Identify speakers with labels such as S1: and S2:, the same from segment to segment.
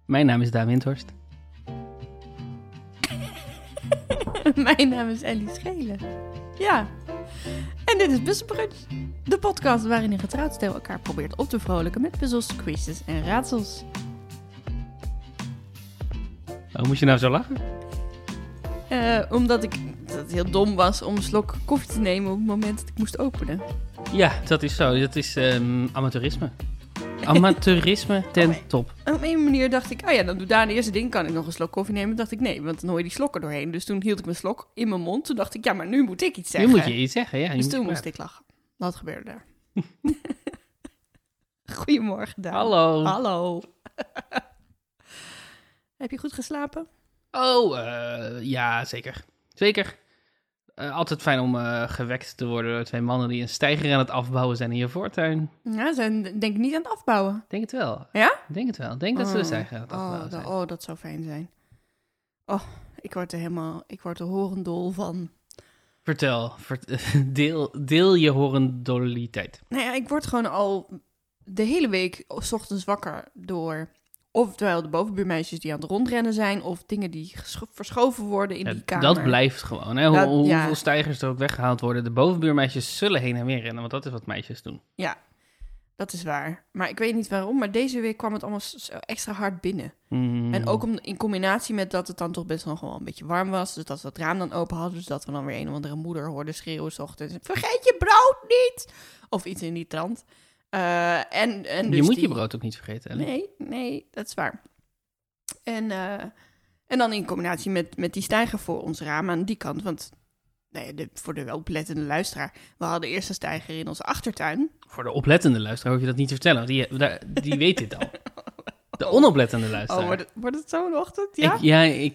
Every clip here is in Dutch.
S1: Mijn naam is Daan Windhorst.
S2: Mijn naam is Ellie Schelen. Ja. En dit is Bussenbrunch, de podcast waarin een getrouwd stel elkaar probeert op te vrolijken met puzzels, quizes en raadsels.
S1: Oh, moest je nou zo lachen?
S2: Omdat het heel dom was om een slok koffie te nemen op het moment dat ik moest openen.
S1: Ja, dat is zo. Dat is amateurisme. Amateurisme ten top.
S2: En op een manier dacht ik, oh ja, dan doe daar de eerste ding, kan ik nog een slok koffie nemen? Dacht ik, nee, want dan hoor je die slokken doorheen. Dus toen hield ik mijn slok in mijn mond. Toen dacht ik, ja, maar nu moet ik iets zeggen.
S1: Nu moet je iets zeggen, ja.
S2: Dus toen moest ik lachen. Wat gebeurde daar? Goedemorgen, Daan.
S1: Hallo.
S2: Hallo. Heb je goed geslapen?
S1: Oh, ja, zeker. Zeker. Altijd fijn om gewekt te worden door twee mannen die een steiger aan het afbouwen zijn in je voortuin.
S2: Ja, ze zijn denk ik niet aan het afbouwen.
S1: Denk het wel.
S2: Ja?
S1: Denk het wel. Denk dat ze de steiger aan het afbouwen zijn.
S2: Dat zou fijn zijn. Oh, ik word er horendol van.
S1: Vertel, deel je horendoliteit.
S2: Nou ja, ik word gewoon al de hele week 's ochtends wakker door oftewel de bovenbuurmeisjes die aan het rondrennen zijn, of dingen die verschoven worden in die kamer.
S1: Dat blijft gewoon, hè? Hoeveel steigers er ook weggehaald worden. De bovenbuurmeisjes zullen heen en weer rennen, want dat is wat meisjes doen.
S2: Ja, dat is waar. Maar ik weet niet waarom, maar deze week kwam het allemaal extra hard binnen. En ook in combinatie met dat het dan toch best nog wel een beetje warm was, dus dat we het raam dan open hadden, dus dat we dan weer een of andere moeder hoorden schreeuwen 's ochtends, vergeet je brood niet! Of iets in die trant. En dus
S1: je moet je brood ook niet vergeten, hè?
S2: Nee, dat is waar. En dan in combinatie met die steiger voor ons raam aan die kant. Want voor de oplettende luisteraar, we hadden eerst een steiger in onze achtertuin.
S1: Voor de oplettende luisteraar hoef je dat niet te vertellen, want die weet dit al. De onoplettende luisteraar.
S2: Oh, wordt het zo een ochtend? Ja?
S1: Ik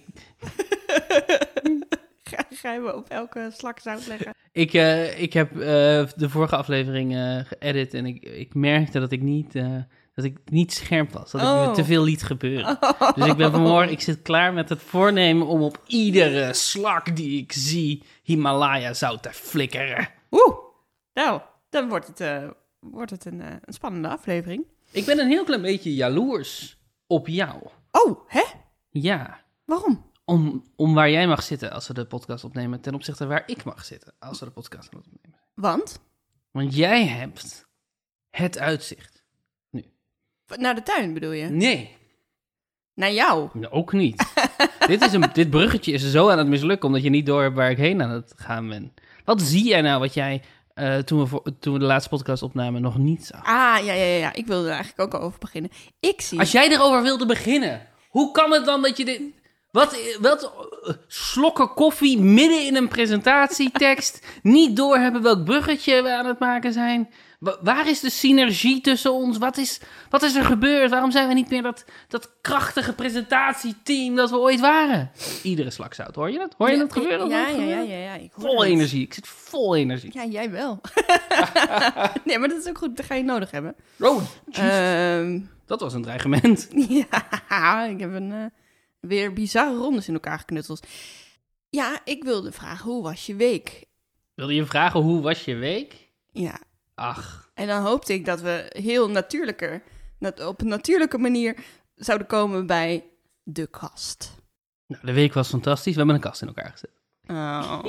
S2: Ga je me op elke slak zout leggen?
S1: Ik heb de vorige aflevering geëdit en ik merkte dat ik niet scherp was. Dat ik me te veel liet gebeuren. Dus ik ben vanmorgen, ik zit klaar met het voornemen om op iedere slak die ik zie Himalaya zout te flikkeren.
S2: Nou, dan wordt het een spannende aflevering.
S1: Ik ben een heel klein beetje jaloers op jou.
S2: Oh, hè?
S1: Ja.
S2: Waarom?
S1: Om waar jij mag zitten als we de podcast opnemen, ten opzichte waar ik mag zitten als we de podcast gaan opnemen. Want jij hebt het uitzicht. Nu.
S2: Naar de tuin bedoel je?
S1: Nee.
S2: Naar jou?
S1: Ook niet. Dit bruggetje is zo aan het mislukken, omdat je niet door hebt waar ik heen aan het gaan ben. Wat zie jij nou wat jij, toen we de laatste podcast opnamen, nog niet zag?
S2: Ja. Ik wilde er eigenlijk ook al over beginnen.
S1: Als jij erover wilde beginnen, hoe kan het dan dat je dit... Wat slokken koffie midden in een presentatietekst, niet doorhebben welk bruggetje we aan het maken zijn? Waar is de synergie tussen ons? Wat is er gebeurd? Waarom zijn we niet meer dat krachtige presentatieteam dat we ooit waren? Iedere slak zout, hoor je dat? Hoor je dat gebeuren?
S2: Ja.
S1: Vol energie, ik zit vol energie.
S2: Ja, jij wel. Nee, maar dat is ook goed, dat ga je nodig hebben.
S1: Oh, dat was een dreigement.
S2: Ja, ik heb weer bizarre rondes in elkaar geknutseld. Ja, ik wilde vragen, hoe was je week?
S1: Wilde je vragen, hoe was je week?
S2: Ja.
S1: Ach.
S2: En dan hoopte ik dat we heel op een natuurlijke manier zouden komen bij de kast.
S1: Nou, de week was fantastisch. We hebben een kast in elkaar gezet.
S2: Oh.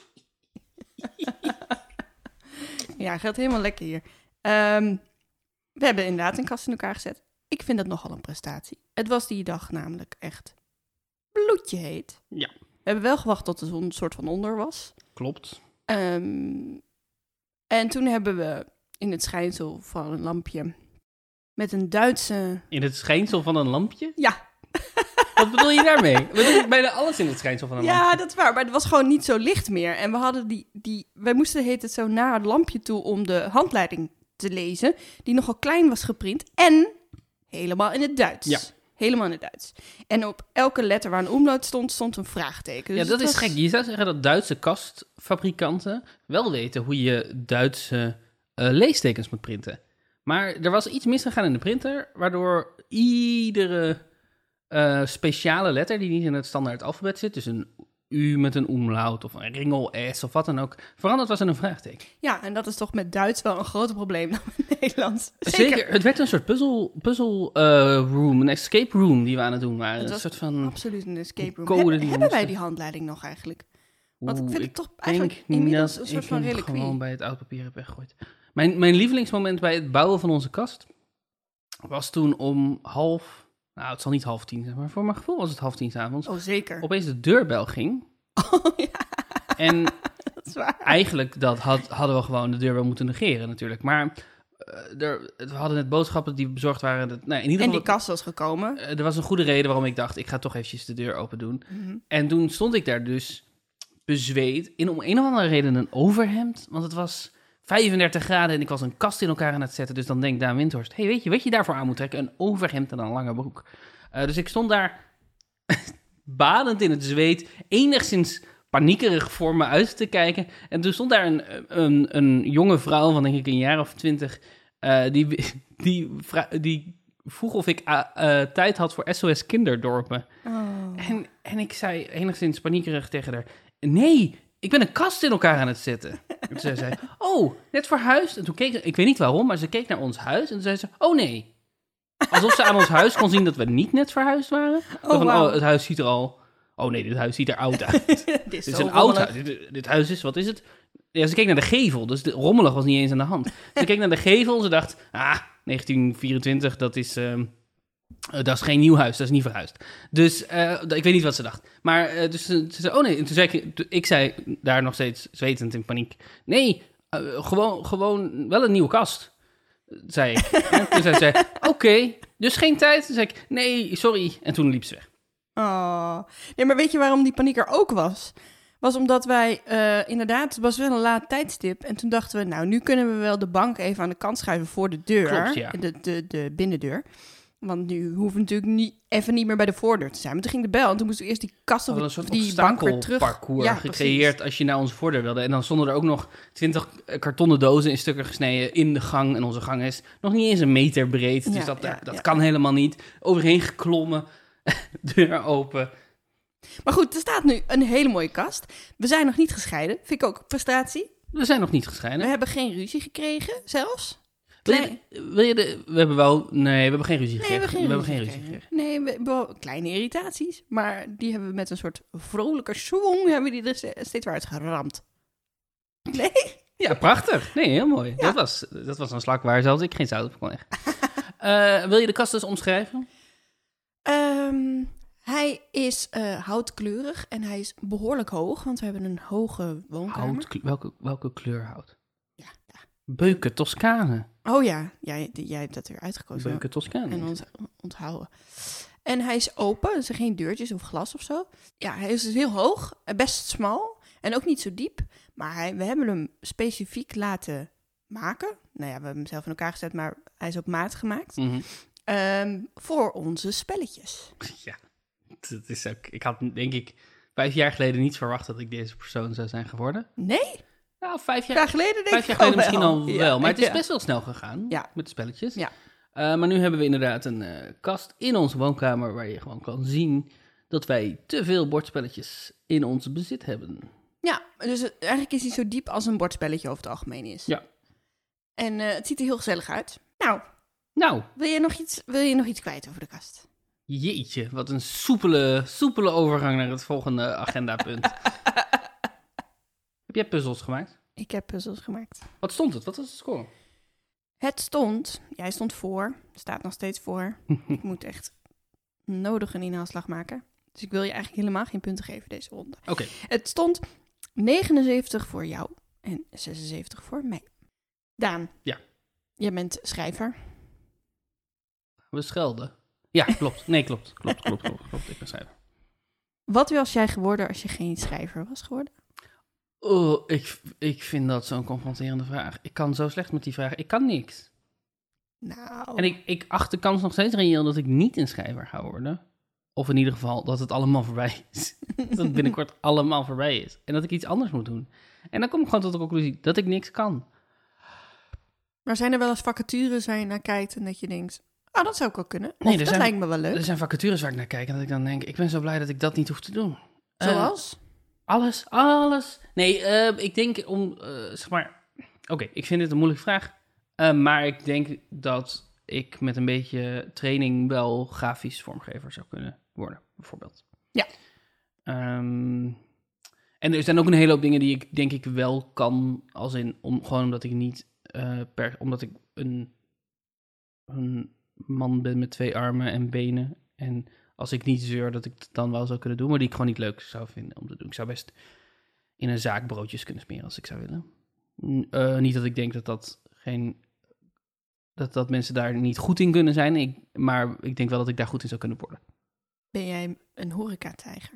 S2: Ja, gaat helemaal lekker hier. We hebben inderdaad een kast in elkaar gezet. Ik vind dat nogal een prestatie. Het was die dag namelijk echt bloedje heet.
S1: Ja.
S2: We hebben wel gewacht tot de zon een soort van onder was.
S1: Klopt.
S2: En toen hebben we in het schijnsel van een lampje met een Duitse...
S1: In het schijnsel van een lampje?
S2: Ja.
S1: Wat bedoel je daarmee? We doen bijna alles in het schijnsel van een lampje.
S2: Ja, dat is waar. Maar het was gewoon niet zo licht meer. En we hadden wij moesten heet het zo naar het lampje toe om de handleiding te lezen. Die nogal klein was geprint. En helemaal in het Duits.
S1: Ja.
S2: Helemaal in het Duits. En op elke letter waar een omlaut stond een vraagteken. Dus
S1: ja, dat is gek. Je zou zeggen dat Duitse kastfabrikanten wel weten hoe je Duitse leestekens moet printen. Maar er was iets misgegaan in de printer, waardoor iedere speciale letter die niet in het standaard alfabet zit, dus een U met een umlaut of een ringel S of wat dan ook veranderd was in een vraagteken.
S2: Ja, en dat is toch met Duits wel een groter probleem dan met Nederlands.
S1: Zeker. Het werd een soort puzzel room, een escape room die we aan het doen waren.
S2: Het
S1: Een
S2: was
S1: soort van
S2: absoluut een escape room.
S1: code die we
S2: Hebben wij
S1: moesten-
S2: die handleiding nog eigenlijk? Want ik
S1: Oeh,
S2: vind het
S1: ik
S2: toch eigenlijk
S1: denk
S2: inmiddels
S1: dat
S2: een soort
S1: ik
S2: van
S1: hem
S2: reliquie.
S1: gewoon bij het oud papier heb weggegooid. Mijn lievelingsmoment bij het bouwen van onze kast was toen om het zal niet 9:30 zijn, maar voor mijn gevoel was het 9:30 's avonds.
S2: Oh, zeker.
S1: Opeens de deurbel ging.
S2: Oh, ja,
S1: En
S2: dat is waar.
S1: eigenlijk hadden we gewoon de deurbel moeten negeren natuurlijk. Maar we hadden net boodschappen die bezorgd waren. In ieder
S2: En
S1: geval,
S2: die kast was gekomen.
S1: er was een goede reden waarom ik dacht, ik ga toch eventjes de deur open doen.
S2: Mhm.
S1: En toen stond ik daar dus bezweet in om een of andere reden een overhemd. Want het was 35 graden en ik was een kast in elkaar aan het zetten. Dus dan denkt Daan Windhorst, hey, weet je wat je daarvoor aan moet trekken? Een overhemd en een lange broek. Dus ik stond daar badend in het zweet, enigszins paniekerig voor me uit te kijken. En toen stond daar een jonge vrouw van denk ik een jaar of 20... die vroeg of ik tijd had voor SOS Kinderdorpen.
S2: Oh.
S1: En ik zei enigszins paniekerig tegen haar... Nee, ik ben een kast in elkaar aan het zetten. En toen zei zij... Oh, net verhuisd? En toen keek ik weet niet waarom, maar ze keek naar ons huis. En toen zei ze... Oh nee. Alsof ze aan ons huis kon zien dat we niet net verhuisd waren.
S2: Wauw.
S1: Het huis ziet er al... Oh nee, dit huis ziet er oud uit.
S2: Dit
S1: Dit is een oud huis. Dit huis is... Wat is het? Ja, ze keek naar de gevel. Dus rommelig was niet eens aan de hand. Ze keek naar de gevel en ze dacht... 1924, dat is geen nieuw huis, dat is niet verhuisd. Dus ik weet niet wat ze dacht. Maar dus ze zei, oh nee. En toen zei ik zei daar nog steeds zwetend in paniek. Nee, gewoon wel een nieuwe kast, zei ik. En toen zei ze, oké, dus geen tijd. Toen zei ik, nee, sorry. En toen liep ze weg.
S2: Oh. Nee, maar weet je waarom die paniek er ook was? Was omdat wij inderdaad, het was wel een laat tijdstip. En toen dachten we, nou, nu kunnen we wel de bank even aan de kant schuiven voor de deur.
S1: Klopt, ja.
S2: De binnendeur. Want nu hoeven we natuurlijk even niet meer bij de voordeur te zijn. Maar toen ging de bel en toen moesten we eerst die kast
S1: We
S2: of
S1: hadden een soort
S2: die bank weer terug.
S1: obstakelparcours
S2: Ja,
S1: gecreëerd als je naar onze voordeur wilde. En dan stonden er ook nog 20 kartonnen dozen in stukken gesneden in de gang. En onze gang is nog niet eens een meter breed. Dus
S2: Ja,
S1: dat kan helemaal niet. Overheen geklommen, deur open.
S2: Maar goed, er staat nu een hele mooie kast. We zijn nog niet gescheiden. Vind ik ook een prestatie.
S1: We zijn nog niet
S2: We
S1: gescheiden.
S2: hebben geen ruzie gekregen, zelfs.
S1: We hebben geen ruzie gekregen.
S2: We hebben geen ruzie gekregen. Nee, we hebben wel kleine irritaties. Maar die hebben we met een soort vrolijke swing hebben die er steeds weer uitgeramd. Nee?
S1: Ja, prachtig. Nee, heel mooi.
S2: Ja.
S1: Dat was een slak waar zelfs ik geen zout op kon leggen. Wil je de kast dus omschrijven?
S2: Hij is houtkleurig en hij is behoorlijk hoog, want we hebben een hoge woonkamer.
S1: Welke kleur hout?
S2: Ja.
S1: Beuken Toscane.
S2: Oh ja, jij hebt dat weer uitgekozen.
S1: Beuken Toscane.
S2: En onthouden. En hij is open, dus er geen deurtjes of glas of zo. Ja, hij is dus heel hoog, best smal en ook niet zo diep. Maar we hebben hem specifiek laten maken. Nou ja, we hebben hem zelf in elkaar gezet, maar hij is op maat gemaakt. Voor onze spelletjes.
S1: Ja, dat is ook... Ik had denk ik 5 jaar geleden niet verwacht dat ik deze persoon zou zijn geworden.
S2: Nee?
S1: Nou, 5 jaar...
S2: Jaar geleden denk
S1: 5
S2: ik
S1: jaar geleden
S2: wel.
S1: misschien al wel, maar het is
S2: Ja.
S1: best wel snel gegaan
S2: Ja.
S1: met de spelletjes.
S2: Ja.
S1: Maar nu hebben we inderdaad een kast in onze woonkamer waar je gewoon kan zien dat wij te veel bordspelletjes in ons bezit hebben.
S2: Ja, dus eigenlijk is hij zo diep als een bordspelletje over het algemeen is.
S1: Ja.
S2: En het ziet er heel gezellig uit.
S1: Nou,
S2: Wil je nog iets kwijt over de kast?
S1: jeetje, wat een soepele overgang naar het volgende agendapunt. Heb jij puzzels gemaakt?
S2: Ik heb puzzels gemaakt.
S1: Wat stond het? Wat was de score?
S2: Jij stond voor, staat nog steeds voor. Ik moet echt nodig een inhaalslag maken. Dus ik wil je eigenlijk helemaal geen punten geven deze ronde.
S1: Oké.
S2: Het stond 79 voor jou en 76 voor mij. Daan.
S1: Ja.
S2: Jij bent schrijver.
S1: We schelden. Ja, klopt. Nee, klopt. Ik ben schrijver.
S2: Wat was jij geworden als je geen schrijver was geworden?
S1: Oh, ik vind dat zo'n confronterende vraag. Ik kan zo slecht met die vraag. Ik kan niks.
S2: Nou...
S1: En ik acht de kans nog steeds reëel dat ik niet een schrijver ga worden. Of in ieder geval dat het allemaal voorbij is. Dat het binnenkort allemaal voorbij is. En dat ik iets anders moet doen. En dan kom ik gewoon tot de conclusie dat ik niks kan.
S2: Maar zijn er wel eens vacatures waar je naar kijkt en dat je denkt... Ah, dat zou ik wel kunnen.
S1: Nee,
S2: Dat lijkt me wel leuk.
S1: Er zijn vacatures waar ik naar kijk en dat ik dan denk... Ik ben zo blij dat ik dat niet hoef te doen.
S2: Zoals?
S1: Alles. Nee, ik denk om, zeg maar... Oké, ik vind dit een moeilijke vraag. Maar ik denk dat ik met een beetje training wel grafisch vormgever zou kunnen worden, bijvoorbeeld.
S2: Ja.
S1: En er zijn ook een hele hoop dingen die ik denk ik wel kan, als in, gewoon omdat ik niet omdat ik een man ben met 2 armen en benen. En als ik niet zeur, dat ik het dan wel zou kunnen doen, maar die ik gewoon niet leuk zou vinden om te doen. Ik zou best in een zaak broodjes kunnen smeren als ik zou willen. Niet dat ik denk dat mensen daar niet goed in kunnen zijn, maar ik denk wel dat ik daar goed in zou kunnen worden.
S2: Ben jij een horecatijger?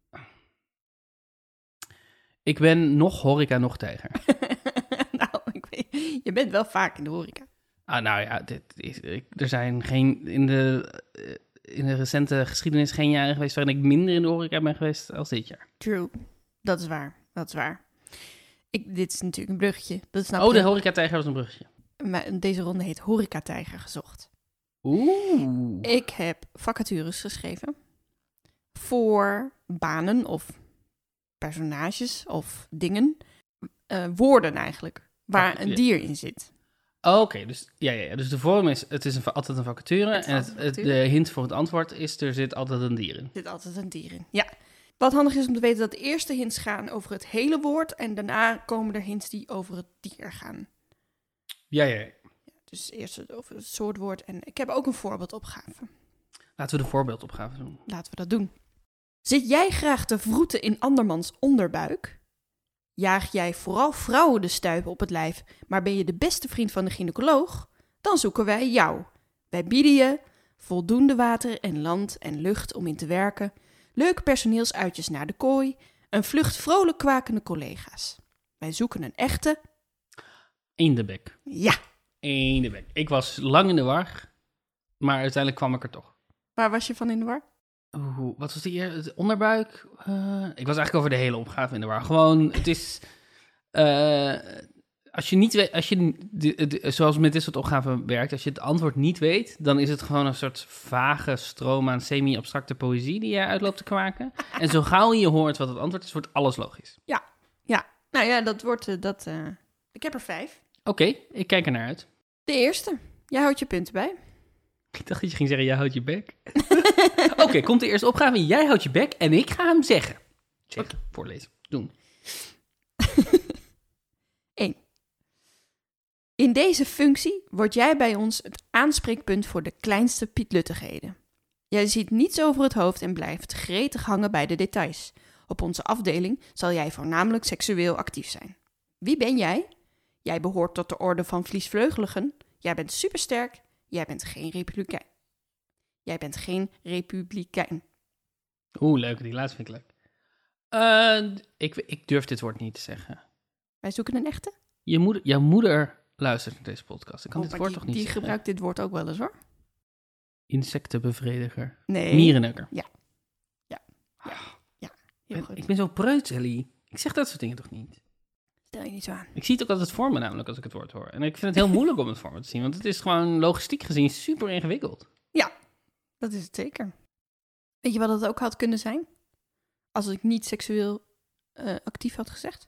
S1: Ik ben nog horeca, nog tijger.
S2: Nou, ik weet, je bent wel vaak in de horeca.
S1: Nou ja, er zijn in de recente geschiedenis geen jaren geweest waarin ik minder in de horeca ben geweest als dit jaar.
S2: True, dat is waar. Dit is natuurlijk een bruggetje. Dat snap
S1: Oh,
S2: je.
S1: de horeca-tijger was een bruggetje.
S2: Maar deze ronde heet horecatijger gezocht.
S1: Oeh.
S2: Ik heb vacatures geschreven voor banen of personages of dingen. Woorden eigenlijk, waar een dier in zit.
S1: Oké, dus dus de vorm is, het is altijd een vacature. En de hint voor het antwoord is, er zit altijd een dier in.
S2: Er zit altijd een dier in, ja. Wat handig is om te weten dat de eerste hints gaan over het hele woord en daarna komen er hints die over het dier gaan.
S1: Ja.
S2: Dus eerst over het soort woord en ik heb ook een voorbeeldopgave.
S1: Laten we de voorbeeldopgave doen.
S2: Laten we dat doen. Zit jij graag te vroeten in andermans onderbuik? Jaag jij vooral vrouwen de stuipen op het lijf, maar ben je de beste vriend van de gynaecoloog? Dan zoeken wij jou. Wij bieden je voldoende water en land en lucht om in te werken, leuke personeelsuitjes naar de kooi, een vlucht vrolijk kwakende collega's. Wij zoeken een echte...
S1: Eendebek.
S2: Ja.
S1: Eendebek. Ik was lang in de war, maar uiteindelijk kwam ik er toch.
S2: Waar was je van in de war?
S1: Wat was het onderbuik? Ik was eigenlijk over de hele opgave in de war. Gewoon, het is... als je niet weet... zoals met dit soort opgaven werkt, als je het antwoord niet weet, dan is het gewoon een soort vage stroom aan semi-abstracte poëzie die je uitloopt te kwaken. En zo gauw je hoort wat het antwoord is, wordt alles logisch.
S2: Ja. Nou ja, dat wordt... Ik heb er 5.
S1: Oké, ik kijk er naar uit.
S2: De eerste. Jij houdt je punten bij.
S1: Ik dacht dat je ging zeggen, jij houdt je bek. Oké, komt de eerste opgave. Jij houdt je bek en ik ga hem zeggen. Check, voorlezen, doen.
S2: 1. In deze functie word jij bij ons het aanspreekpunt voor de kleinste pietluttigheden. Jij ziet niets over het hoofd en blijft gretig hangen bij de details. Op onze afdeling zal jij voornamelijk seksueel actief zijn. Wie ben jij? Jij behoort tot de orde van vliesvleugeligen. Jij bent supersterk. Jij bent geen republikein.
S1: Oeh, leuk. Die laatste vind ik leuk. Ik durf dit woord niet te zeggen.
S2: Wij zoeken een echte?
S1: Jouw moeder luistert naar deze podcast. Ik kan dit woord toch niet
S2: die
S1: zeggen?
S2: gebruikt dit woord ook wel eens hoor.
S1: Insectenbevrediger.
S2: Nee.
S1: Mierenneuker.
S2: Ja. Heel goed.
S1: Ik ben zo preuts, Ellie. Ik zeg dat soort dingen toch niet?
S2: Stel je niet zo aan.
S1: Ik zie het ook altijd voor me namelijk als ik het woord hoor. En ik vind het heel moeilijk om het voor me te zien. Want het is gewoon logistiek gezien super ingewikkeld.
S2: Ja, dat is het zeker. Weet je wat het ook had kunnen zijn? Als ik niet seksueel actief had gezegd?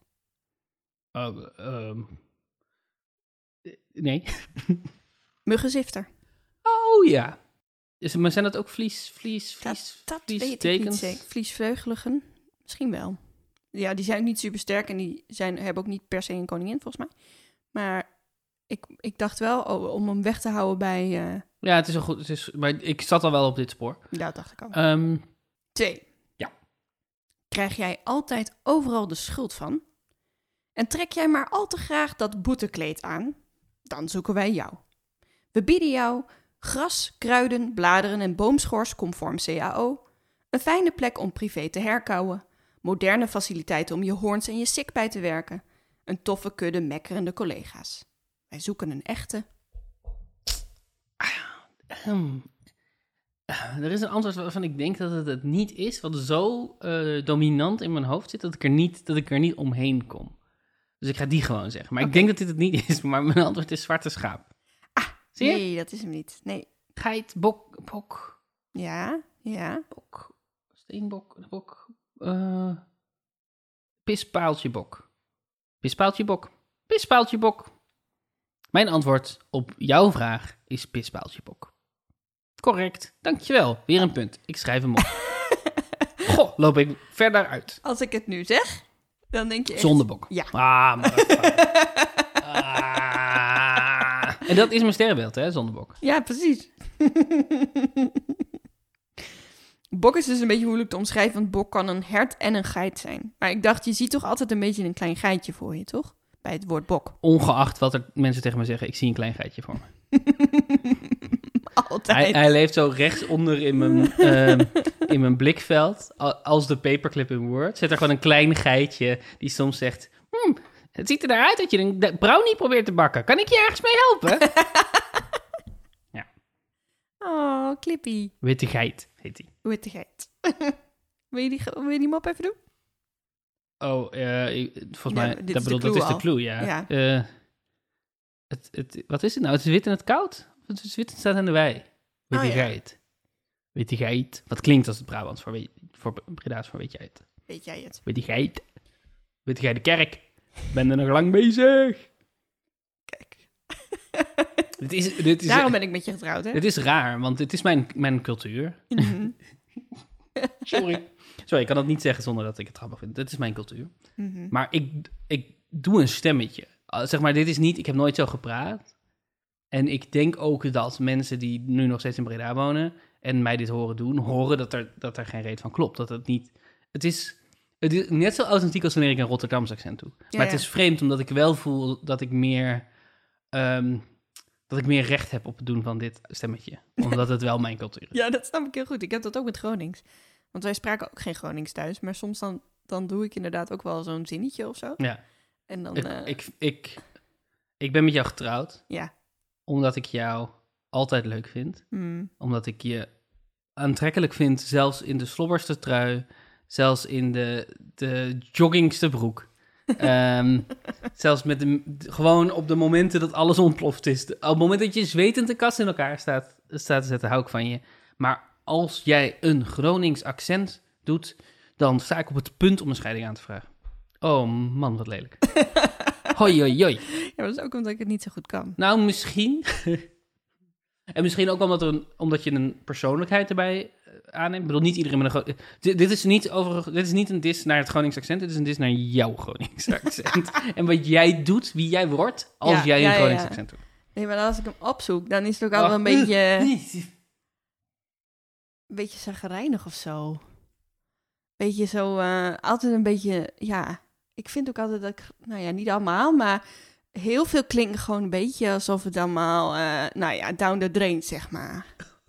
S1: Nee.
S2: Muggenzifter.
S1: Oh ja. Maar zijn dat ook
S2: Dat weet ik niet zeker. Vliesvleugeligen? Misschien wel. Ja, die zijn niet super sterk en die hebben ook niet per se een koningin volgens mij. Maar ik dacht wel om hem weg te houden bij...
S1: Ja, het is wel goed. Maar ik zat al wel op dit spoor.
S2: Ja, dat dacht ik al.
S1: 2.
S2: Ja. Krijg jij altijd overal de schuld van? En trek jij maar al te graag dat boetekleed aan? Dan zoeken wij jou. We bieden jou gras, kruiden, bladeren en boomschors conform CAO, een fijne plek om privé te herkauwen, moderne faciliteiten om je hoorns en je sik bij te werken, een toffe kudde mekkerende collega's. Wij zoeken een echte...
S1: Er is een antwoord waarvan ik denk dat het het niet is, wat zo dominant in mijn hoofd zit, dat ik er niet omheen kom. Dus ik ga die gewoon zeggen. Maar ik denk dat dit het niet is, maar mijn antwoord is zwarte schaap. Zie je?
S2: Nee, dat is hem niet. Nee.
S1: Geit, bok.
S2: Ja.
S1: Bok, steenbok, bok. pispaaltje bok? Pispaaltje bok. Pispaaltje bok. Mijn antwoord op jouw vraag is pispaaltje bok. Correct, dankjewel. Weer een punt. Ik schrijf hem op. Goh, loop ik verder uit.
S2: Als ik het nu zeg, dan denk je echt...
S1: Zondebok.
S2: Ja.
S1: Maar... En dat is mijn sterrenbeeld, hè, zondebok.
S2: Ja, precies. Bok is dus een beetje moeilijk te omschrijven, want bok kan een hert en een geit zijn. Maar ik dacht, je ziet toch altijd een beetje een klein geitje voor je, toch? Bij het woord bok.
S1: Ongeacht wat er mensen tegen me zeggen, ik zie een klein geitje voor me.
S2: Altijd.
S1: Hij leeft zo rechtsonder in mijn blikveld. Als de paperclip in Word zit er gewoon een klein geitje die soms zegt... het ziet er naar uit dat je een brownie probeert te bakken. Kan ik je ergens mee helpen? Ja.
S2: Oh, Clippy.
S1: Witte geit heet hij.
S2: Witte geit. Wil je die mop even doen?
S1: Oh, volgens mij,
S2: dit is
S1: dat is de clue, ja. Wat is het nou? Het is wit en het koud? Of het is wit en het staat aan de wei? Witte geit. Witte geit. Wat klinkt als het Brabants voor Breda's voor weet jij het?
S2: Weet jij het?
S1: Witte geit. Witte geit de kerk. Ben er nog lang bezig.
S2: Kijk.
S1: Dit is,
S2: Daarom ben ik met je getrouwd, hè?
S1: Het is raar, want het is mijn cultuur.
S2: Mm-hmm.
S1: Sorry, ik kan dat niet zeggen zonder dat ik het grappig vind. Het is mijn cultuur.
S2: Mm-hmm.
S1: Maar ik doe een stemmetje. Zeg maar, dit is niet... Ik heb nooit zo gepraat. En ik denk ook dat mensen die nu nog steeds in Breda wonen... en mij dit horen dat er geen reet van klopt. Dat het niet... Het is net zo authentiek als wanneer ik een Rotterdams accent doe.
S2: Ja,
S1: maar het is vreemd, omdat ik wel voel dat ik meer... recht heb op het doen van dit stemmetje. Omdat het wel mijn cultuur is.
S2: Ja, dat snap ik heel goed. Ik heb dat ook met Gronings. Want wij spraken ook geen Gronings thuis. Maar soms dan doe ik inderdaad ook wel zo'n zinnetje of zo.
S1: Ja.
S2: En dan...
S1: Ik ben met jou getrouwd.
S2: Ja.
S1: Omdat ik jou altijd leuk vind.
S2: Mm.
S1: Omdat ik je aantrekkelijk vind, zelfs in de slobberste trui. Zelfs in de joggingste broek. Zelfs met gewoon op de momenten dat alles ontploft is. Op het moment dat je zwetend de kast in elkaar staat te zetten, hou ik van je. Maar als jij een Gronings accent doet, dan sta ik op het punt om een scheiding aan te vragen. Oh man, wat lelijk. Hoi, hoi, hoi.
S2: Ja, dat is ook omdat ik het niet zo goed kan.
S1: Nou, misschien. En misschien ook omdat je een persoonlijkheid erbij aanneemt. Ik bedoel, niet iedereen met een... Dit is niet een dis naar het Gronings accent. Dit is een dis naar jouw Gronings accent. En wat jij doet, wie jij wordt, als jij een Gronings accent doet.
S2: Nee, maar als ik hem opzoek, dan is het ook altijd een beetje... Een beetje chagrijnig of zo. Beetje zo... altijd een beetje... Ja, ik vind ook altijd dat ik... Nou ja, niet allemaal, maar... Heel veel klinkt gewoon een beetje alsof het allemaal... down the drain, zeg maar.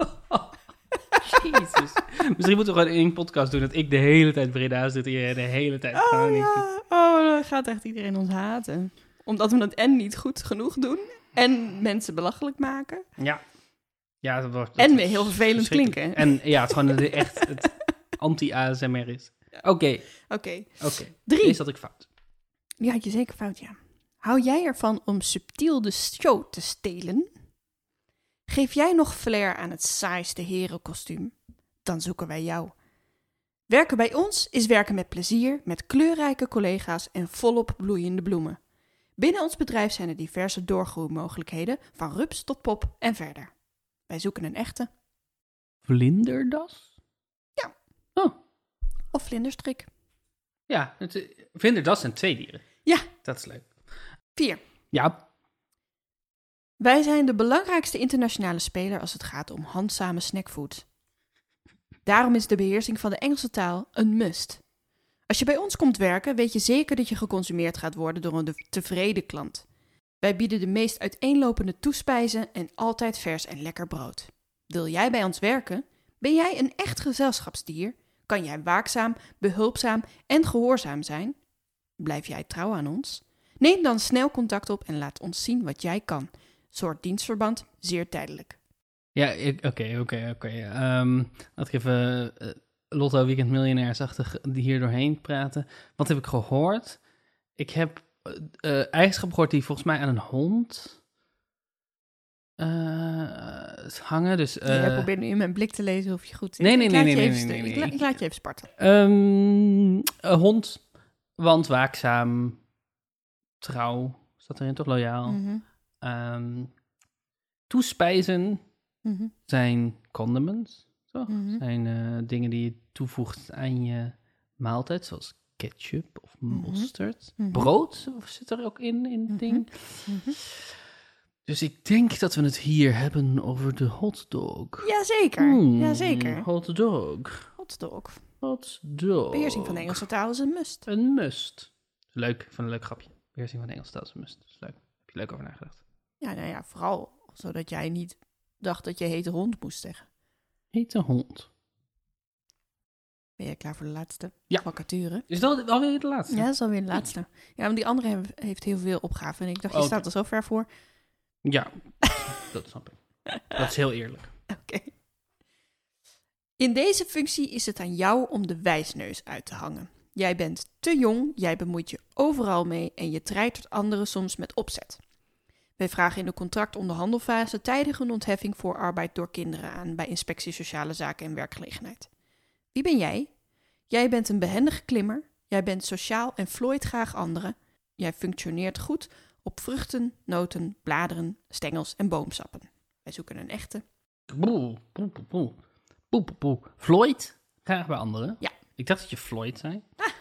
S1: Jezus. Misschien moeten we gewoon één podcast doen... dat ik de hele tijd Breda's zit en jij de hele tijd...
S2: dan gaat echt iedereen ons haten. Omdat we het en niet goed genoeg doen... en mensen belachelijk maken.
S1: Ja. Ja, dat
S2: en weer heel vervelend klinken.
S1: En ja, het gewoon echt het anti-ASMR is. Oké. 3. Is dat ik fout?
S2: Ja, had je zeker fout, ja. Hou jij ervan om subtiel de show te stelen? Geef jij nog flair aan het saaiste herenkostuum? Dan zoeken wij jou. Werken bij ons is werken met plezier, met kleurrijke collega's en volop bloeiende bloemen. Binnen ons bedrijf zijn er diverse doorgroeimogelijkheden, van rups tot pop en verder. Wij zoeken een echte.
S1: Vlinderdas?
S2: Ja.
S1: Oh.
S2: Of vlinderstrik.
S1: Ja, vlinderdas zijn 2 dieren.
S2: Ja.
S1: Dat is leuk.
S2: 4.
S1: Ja.
S2: Wij zijn de belangrijkste internationale speler als het gaat om handzame snackfood. Daarom is de beheersing van de Engelse taal een must. Als je bij ons komt werken, weet je zeker dat je geconsumeerd gaat worden door een tevreden klant. Wij bieden de meest uiteenlopende toespijzen en altijd vers en lekker brood. Wil jij bij ons werken? Ben jij een echt gezelschapsdier? Kan jij waakzaam, behulpzaam en gehoorzaam zijn? Blijf jij trouw aan ons? Neem dan snel contact op en laat ons zien wat jij kan. Soort dienstverband, zeer tijdelijk.
S1: Ja, oké. Laat ik even Lotto Weekend Miljonairs-achtig hier doorheen praten. Wat heb ik gehoord? Ik heb eigenschappen gehoord die volgens mij aan een hond hangen. Dus,
S2: jij probeert nu in mijn blik te lezen of je goed zit.
S1: Nee.
S2: Ik laat je even sparten.
S1: Een hond Want waakzaam, trouw, staat erin toch loyaal.
S2: Mhm.
S1: Toespijzen
S2: Mhm.
S1: zijn condiments, toch?
S2: Mhm.
S1: Zijn dingen die je toevoegt aan je maaltijd, zoals ketchup of mosterd.
S2: Mhm.
S1: Brood zit er ook in het
S2: Mhm.
S1: ding.
S2: Mhm.
S1: Dus ik denk dat we het hier hebben over de hotdog.
S2: Jazeker, jazeker.
S1: Hotdog.
S2: Hotdog.
S1: Hotdog.
S2: Beheersing van de Engelse taal is een must.
S1: Een must. Leuk, ik vind een leuk grapje. Beheersing van de Engelse taal is een must. Dat is leuk. Heb je leuk over nagedacht.
S2: Ja, nou ja, vooral zodat jij niet dacht dat je hete hond moest zeggen.
S1: Hete hond.
S2: Ben jij klaar voor de laatste
S1: Ja.
S2: vacature?
S1: Is dat alweer de laatste?
S2: Ja, dat is alweer de laatste. Ja, want die andere heeft heel veel opgaven. En ik dacht, je
S1: Oké.
S2: staat er zo ver voor.
S1: Ja, dat snap ik. Dat is heel eerlijk.
S2: Oké. In deze functie is het aan jou om de wijsneus uit te hangen. Jij bent te jong, jij bemoeit je overal mee en je treitert anderen soms met opzet. Wij vragen in de contractonderhandelfase tijdige een ontheffing voor arbeid door kinderen aan bij Inspectie Sociale Zaken en Werkgelegenheid. Wie ben jij? Jij bent een behendige klimmer, jij bent sociaal en vlooit graag anderen. Jij functioneert goed op vruchten, noten, bladeren, stengels en boomsappen. Wij zoeken een echte.
S1: Boe, boe, boe, boe. Boe, boe, boe. Floyd? Graag bij anderen?
S2: Ja.
S1: Ik dacht dat je Floyd zei.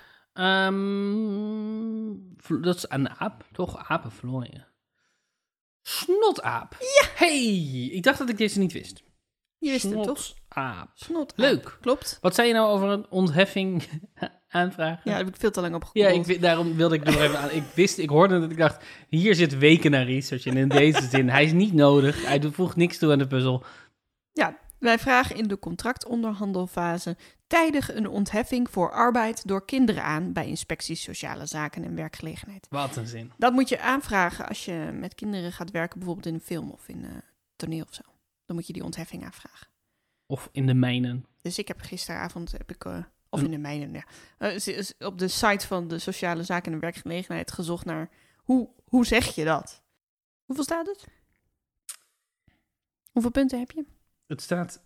S1: Dat is een aap, toch? Apenvlooien. Snotaap. Ja. Hey, ik dacht dat ik deze niet wist.
S2: Je wist het toch?
S1: Snotaap.
S2: Snot.
S1: Leuk.
S2: Klopt.
S1: Wat zei je nou over een ontheffing aanvragen?
S2: Ja, daar heb ik veel te lang op
S1: Ja,
S2: gegoogeld.
S1: daarom wilde ik er nog even aan. Ik hoorde dat ik dacht, hier zit weken naar research. En in deze zin, hij is niet nodig. Hij voegt niks toe aan de puzzel.
S2: Ja, wij vragen in de contractonderhandelfase tijdig een ontheffing voor arbeid door kinderen aan bij Inspectie Sociale Zaken en Werkgelegenheid.
S1: Wat een zin.
S2: Dat moet je aanvragen als je met kinderen gaat werken, bijvoorbeeld in een film of in toneel of zo. Dan moet je die ontheffing aanvragen.
S1: Of in de mijnen.
S2: Dus ik heb gisteravond, of in de mijnen, ja, op de site van de Sociale Zaken en Werkgelegenheid gezocht naar hoe zeg je dat? Hoeveel staat het? Hoeveel punten heb je?
S1: Het staat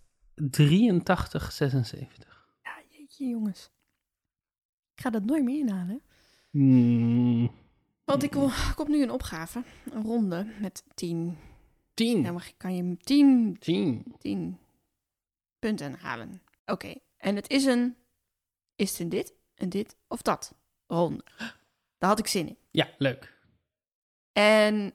S1: 83,76.
S2: Ja, jeetje jongens. Ik ga dat nooit meer inhalen. Want ik kom nu een opgave. Een ronde met 10.
S1: 10.
S2: Dan kan je
S1: 10.
S2: 10 punten halen. Oké. En het is een dit of dat ronde. Daar had ik zin in.
S1: Ja, leuk.
S2: En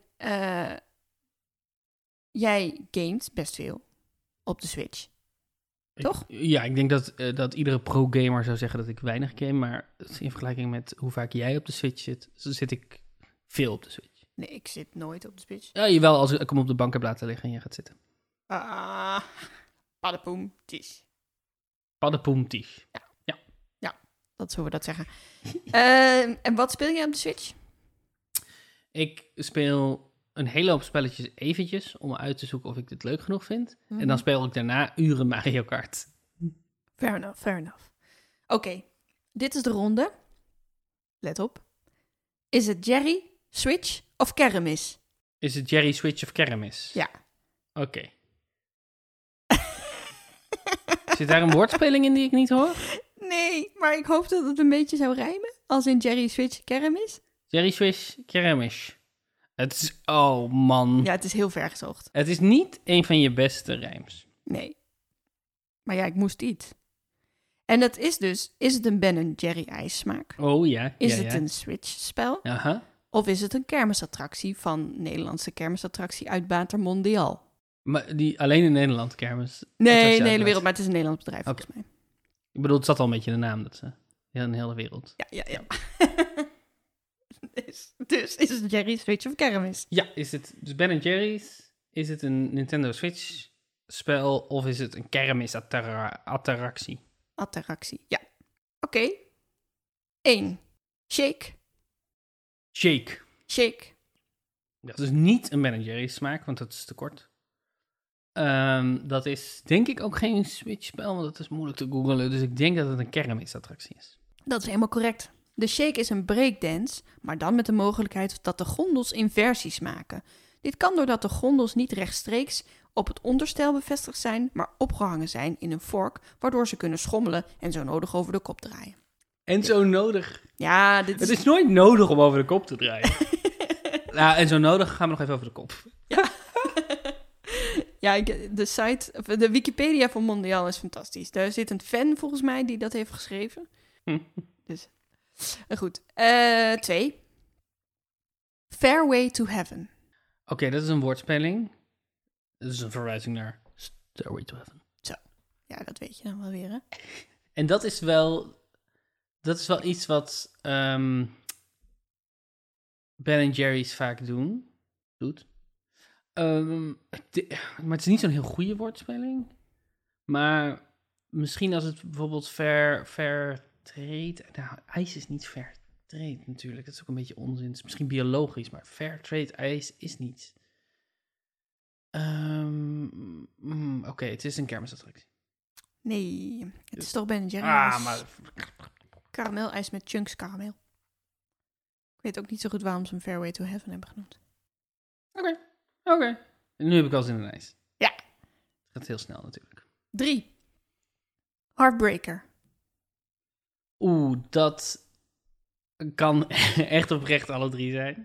S2: jij gamet best veel op de Switch. Toch?
S1: Ja, ik denk dat iedere pro-gamer zou zeggen dat ik weinig game, maar in vergelijking met hoe vaak jij op de Switch zit ik veel op de Switch.
S2: Nee, ik zit nooit op de Switch.
S1: Ja, jawel, als ik hem op de bank heb laten liggen en je gaat zitten.
S2: Paddepoem, ties.
S1: Paddepoemtief.
S2: Dat zullen we dat zeggen. En wat speel je op de Switch?
S1: Ik speel een hele hoop spelletjes eventjes om uit te zoeken of ik dit leuk genoeg vind. En dan speel ik daarna uren Mario Kart.
S2: Fair enough. Oké, dit is de ronde. Let op. Is het Jerry, Switch of Kermis?
S1: Is het Jerry, Switch of Kermis?
S2: Ja.
S1: Oké. Zit daar een woordspeling in die ik niet hoor?
S2: Nee, maar ik hoop dat het een beetje zou rijmen. Als in Jerry, Switch, Kermis.
S1: Jerry, Switch, Kermis. Het is... Oh, man.
S2: Ja, het is heel ver gezocht.
S1: Het is niet een van je beste rijms.
S2: Nee. Maar ja, ik moest iets. En dat is dus, is het een Ben & Jerry ijssmaak?
S1: Oh, ja.
S2: Is
S1: ja,
S2: het
S1: ja.
S2: een Switch-spel?
S1: Aha.
S2: Of is het een kermisattractie van Nederlandse kermisattractie uit Bater Mondial?
S1: Maar die alleen in Nederland, kermis.
S2: Nee,
S1: attractie
S2: in de hele
S1: uitbreidt.
S2: wereld, maar het is een Nederlands bedrijf
S1: Oké.
S2: volgens mij.
S1: Ik bedoel, het zat al een beetje in de naam. Dat ze in de hele wereld.
S2: Ja. dus is het Jerry, Switch of Kermis?
S1: Ja, is het dus Ben & Jerry's? Is het een Nintendo Switch spel of is het een kermisattractie?
S2: Attractie, ja. Oké. 1. Shake.
S1: Shake. Dat is niet een Ben & Jerry's smaak, want dat is te kort. Dat is denk ik ook geen Switch spel, want dat is moeilijk te googlen. Dus ik denk dat het een kermisattractie is.
S2: Dat is helemaal correct. De shake is een breakdance, maar dan met de mogelijkheid dat de gondels inversies maken. Dit kan doordat de gondels niet rechtstreeks op het onderstel bevestigd zijn, maar opgehangen zijn in een vork, waardoor ze kunnen schommelen en zo nodig over de kop draaien.
S1: En zo nodig.
S2: Ja, dit
S1: Het
S2: is...
S1: is nooit nodig om over de kop te draaien. Nou, en zo nodig gaan we nog even over de kop.
S2: Ja, de site, of de Wikipedia van Mondial is fantastisch. Daar zit een fan volgens mij die dat heeft geschreven. Dus, goed. 2. Fairway to Heaven.
S1: Oké, dat is een woordspeling. Dat is een verwijzing naar Stairway to Heaven.
S2: Zo. Ja, dat weet je dan wel weer, hè?
S1: En dat is wel iets wat Ben Jerry's vaak doet. Maar het is niet zo'n heel goede woordspeling. Maar misschien als het bijvoorbeeld fair trade... Nou, ijs is niet fair trade natuurlijk. Dat is ook een beetje onzin. Het is misschien biologisch, maar fair trade ijs is niet. Oké, het is een kermisattractie.
S2: Nee, het is toch Ben Jerry's.
S1: Maar...
S2: Karamellijs met chunks karamel. Ik weet ook niet zo goed waarom ze hem Fairway to Heaven hebben genoemd.
S1: Oké. En nu heb ik al zin in ijs.
S2: Ja.
S1: Het gaat heel snel natuurlijk.
S2: 3. Heartbreaker.
S1: Dat kan echt oprecht alle 3 zijn.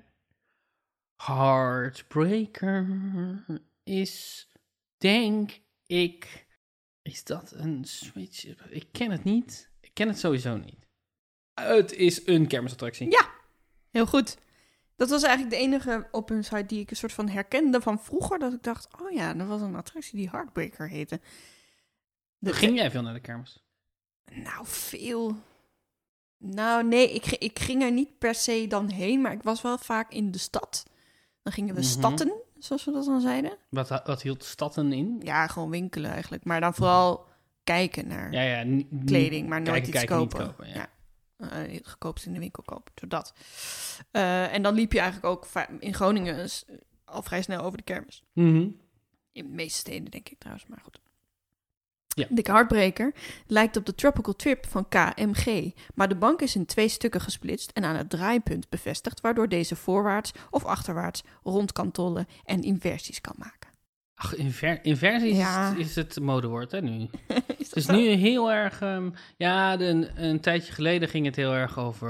S1: Heartbreaker is, denk ik... Is dat een switch? Ik ken het niet. Ik ken het sowieso niet. Het is een kermisattractie.
S2: Ja, heel goed. Dat was eigenlijk de enige op hun site die ik een soort van herkende van vroeger. Dat ik dacht, oh ja, er was een attractie die Heartbreaker heette.
S1: Ging jij veel naar de kermis?
S2: Nou, veel. Nou, nee, ik ging er niet per se dan heen, maar ik was wel vaak in de stad. Dan gingen we statten, zoals we dat dan zeiden.
S1: Wat hield statten in?
S2: Ja, gewoon winkelen eigenlijk. Maar dan vooral kijken naar kleding, maar nooit iets kopen.
S1: Niet kopen, ja.
S2: Het goedkoopst in de winkel kopen, zodat. En dan liep je eigenlijk ook in Groningen al vrij snel over de kermis. In de meeste steden, denk ik trouwens, maar goed.
S1: Ja.
S2: De Heartbreaker lijkt op de Tropical Trip van KMG, maar de bank is in 2 stukken gesplitst en aan het draaipunt bevestigd, waardoor deze voorwaarts of achterwaarts rond kan tollen en inversies kan maken.
S1: Ach, inversies is het modewoord, hè, nu. Het is nu heel erg... een tijdje geleden ging het heel erg over...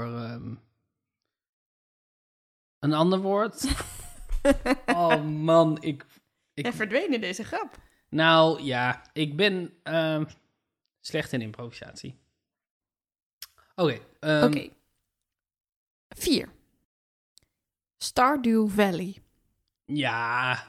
S1: een ander woord. Oh man, ik...
S2: En verdween in deze grap.
S1: Nou ja, ik ben slecht in improvisatie. Oké.
S2: 4. Stardew Valley.
S1: Ja,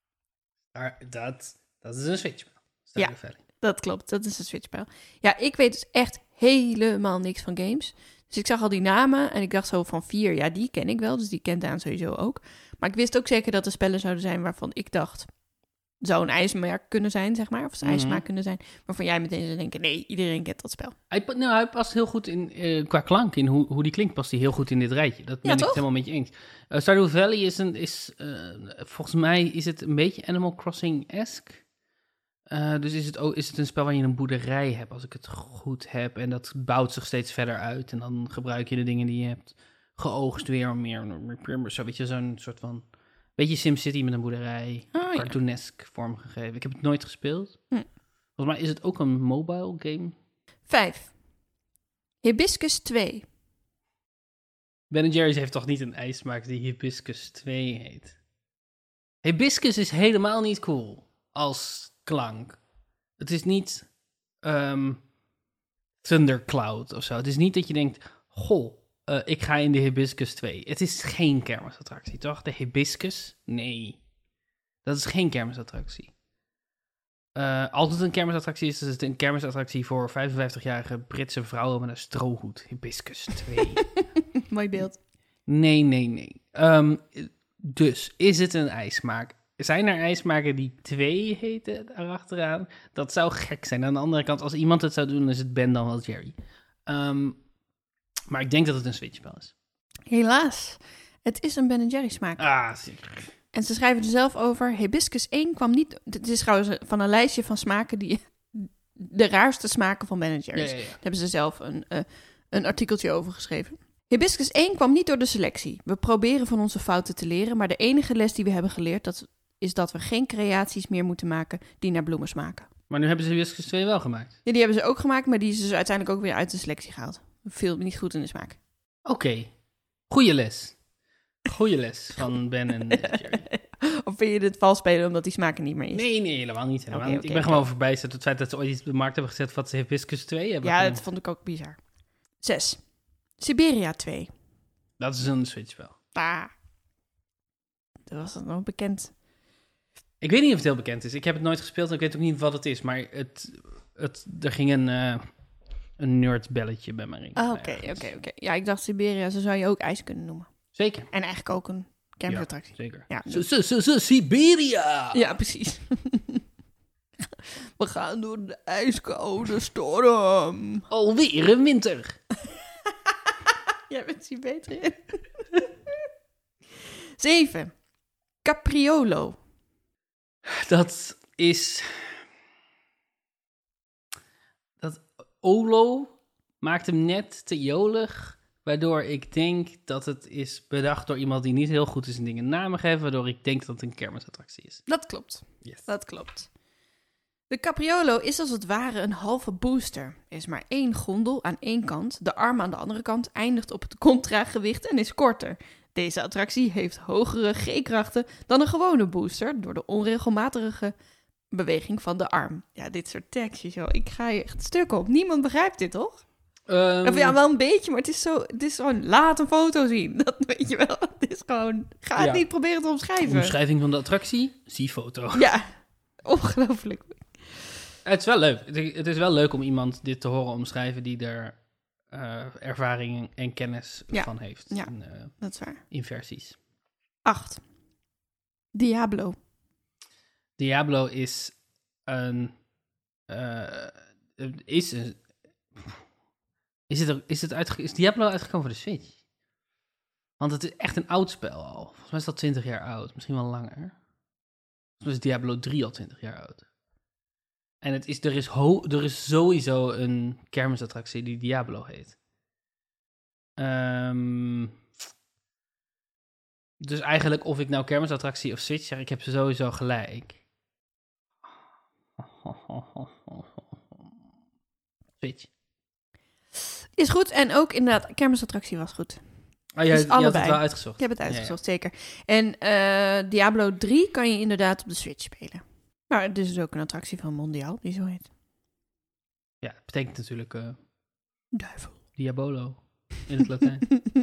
S1: dat is een switchspel. Stardew Valley.
S2: Dat klopt. Dat is een switchspel. Ja, ik weet dus echt helemaal niks van games. Dus ik zag al die namen en ik dacht zo van 4, ja, die ken ik wel. Dus die kent Daan sowieso ook. Maar ik wist ook zeker dat er spellen zouden zijn waarvan ik dacht... zou een ijsmerk kunnen zijn, zeg maar. Of ijsmaak kunnen zijn. Waarvan jij meteen zou denken, nee, iedereen kent dat spel.
S1: Hij past heel goed in, qua klank, in hoe die klinkt, past hij heel goed in dit rijtje. Dat ben ik het helemaal met je eens. Stardew Valley is volgens mij is het een beetje Animal Crossing-esque. Dus is het een spel waar je een boerderij hebt, als ik het goed heb. En dat bouwt zich steeds verder uit. En dan gebruik je de dingen die je hebt geoogst weer meer. Zo, weet je, zo'n soort van... Beetje SimCity met een boerderij. Cartoonesk vormgegeven. Ik heb het nooit gespeeld. Volgens mij is het ook een mobile game.
S2: 5. Hibiscus 2.
S1: Ben Jerry's heeft toch niet een ijsmaak die Hibiscus 2 heet? Hibiscus is helemaal niet cool als klank. Het is niet Thundercloud of zo. Het is niet dat je denkt, goh, ik ga in de Hibiscus 2. Het is geen kermisattractie, toch? De Hibiscus? Nee. Dat is geen kermisattractie. Als het een kermisattractie is het een kermisattractie voor 55-jarige Britse vrouwen met een strohoed. Hibiscus 2.
S2: Mooi beeld.
S1: Nee. Dus, is het een ijsmaak? Zijn er ijsmaken die 2 heten erachteraan? Dat zou gek zijn. Aan de andere kant, als iemand het zou doen, is het Ben dan wel Jerry. Maar ik denk dat het een switchspel is.
S2: Helaas. Het is een Ben Jerry smaak. En ze schrijven er zelf over. Hibiscus 1 kwam niet... Dit is trouwens van een lijstje van smaken die... De raarste smaken van Ben Jerry's.
S1: Ja.
S2: Daar hebben ze zelf een artikeltje over geschreven. Hibiscus 1 kwam niet door de selectie. We proberen van onze fouten te leren, maar de enige les die we hebben geleerd is dat we geen creaties meer moeten maken die naar bloemen smaken.
S1: Maar nu hebben ze Hibiscus 2 wel gemaakt.
S2: Ja, die hebben ze ook gemaakt, maar die is dus uiteindelijk ook weer uit de selectie gehaald. Viel me niet goed in de smaak.
S1: Oké. Goeie les. Goeie les van Ben en Jerry.
S2: Of vind je dit vals spelen omdat die smaak er niet meer is?
S1: Nee, helemaal niet.
S2: Oké,
S1: Ik ben gewoon verbijsterd door het feit dat ze ooit iets op de markt hebben gezet wat ze Hibiscus 2 hebben
S2: Ja,
S1: genoemd.
S2: dat vond ik ook bizar. 6. Siberia 2.
S1: Dat is een Switch-spel.
S2: Dat was het nog bekend.
S1: Ik weet niet of het heel bekend is. Ik heb het nooit gespeeld en ik weet ook niet wat het is. Maar er ging een nerdbelletje bij me ringen.
S2: Oké. Ja, ik dacht Siberia, zo zou je ook ijs kunnen noemen.
S1: Zeker.
S2: En eigenlijk ook een campingattractie.
S1: Zeker.
S2: Ja.
S1: Siberia!
S2: Ja, precies. We gaan door de ijskoude storm.
S1: Alweer een winter.
S2: Jij bent hier beter in. 7. Capriolo.
S1: Dat Olo maakt hem net te jolig, waardoor ik denk dat het is bedacht door iemand die niet heel goed is in dingen namen geven, waardoor ik denk dat het een kermisattractie is.
S2: Dat klopt.
S1: Yes.
S2: Dat klopt. De Capriolo is als het ware een halve booster. Er is maar 1 gondel aan één kant, de arm aan de andere kant eindigt op het contragewicht en is korter. Deze attractie heeft hogere G-krachten dan een gewone booster door de onregelmatige beweging van de arm. Ja, dit soort tekstjes, joh. Ik ga je echt stuk op. Niemand begrijpt dit, toch? Of ja, wel een beetje, maar het is gewoon, laat een foto zien. Dat weet je wel. Het is gewoon, ga het niet proberen te omschrijven.
S1: Omschrijving van de attractie, zie foto.
S2: Ja, ongelooflijk.
S1: Het is wel leuk. Het is wel leuk om iemand dit te horen omschrijven die er ervaring en kennis van heeft.
S2: Ja, dat is waar.
S1: In versies.
S2: 8. Diablo.
S1: Diablo is is Diablo uitgekomen voor de Switch? Want het is echt een oud spel al. Volgens mij is dat 20 jaar oud. Misschien wel langer. Volgens mij is Diablo 3 al 20 jaar oud. En er is sowieso een kermisattractie die Diablo heet. Dus eigenlijk of ik nou kermisattractie of Switch zeg, ik heb ze sowieso gelijk. Switch.
S2: Is goed. En ook inderdaad, kermisattractie was goed.
S1: Oh, je had het wel uitgezocht.
S2: Ik heb het uitgezocht, zeker. En Diablo 3 kan je inderdaad op de Switch spelen. Maar het is dus ook een attractie van Mondiaal, die zo heet.
S1: Ja, het betekent natuurlijk
S2: duivel.
S1: Diabolo in het Latijn.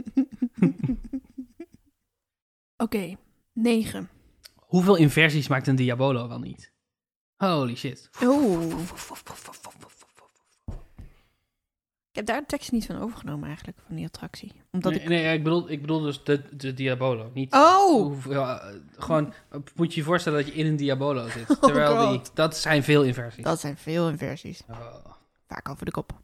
S2: Oké, 9.
S1: Hoeveel inversies maakt een Diabolo wel niet? Holy shit.
S2: Ik heb daar de tekst niet van overgenomen eigenlijk, van die attractie. Omdat
S1: ik bedoel dus de Diabolo. Niet gewoon, moet je je voorstellen dat je in een Diabolo zit. Terwijl dat zijn veel inversies.
S2: Dat zijn veel inversies. Vaak over de kop.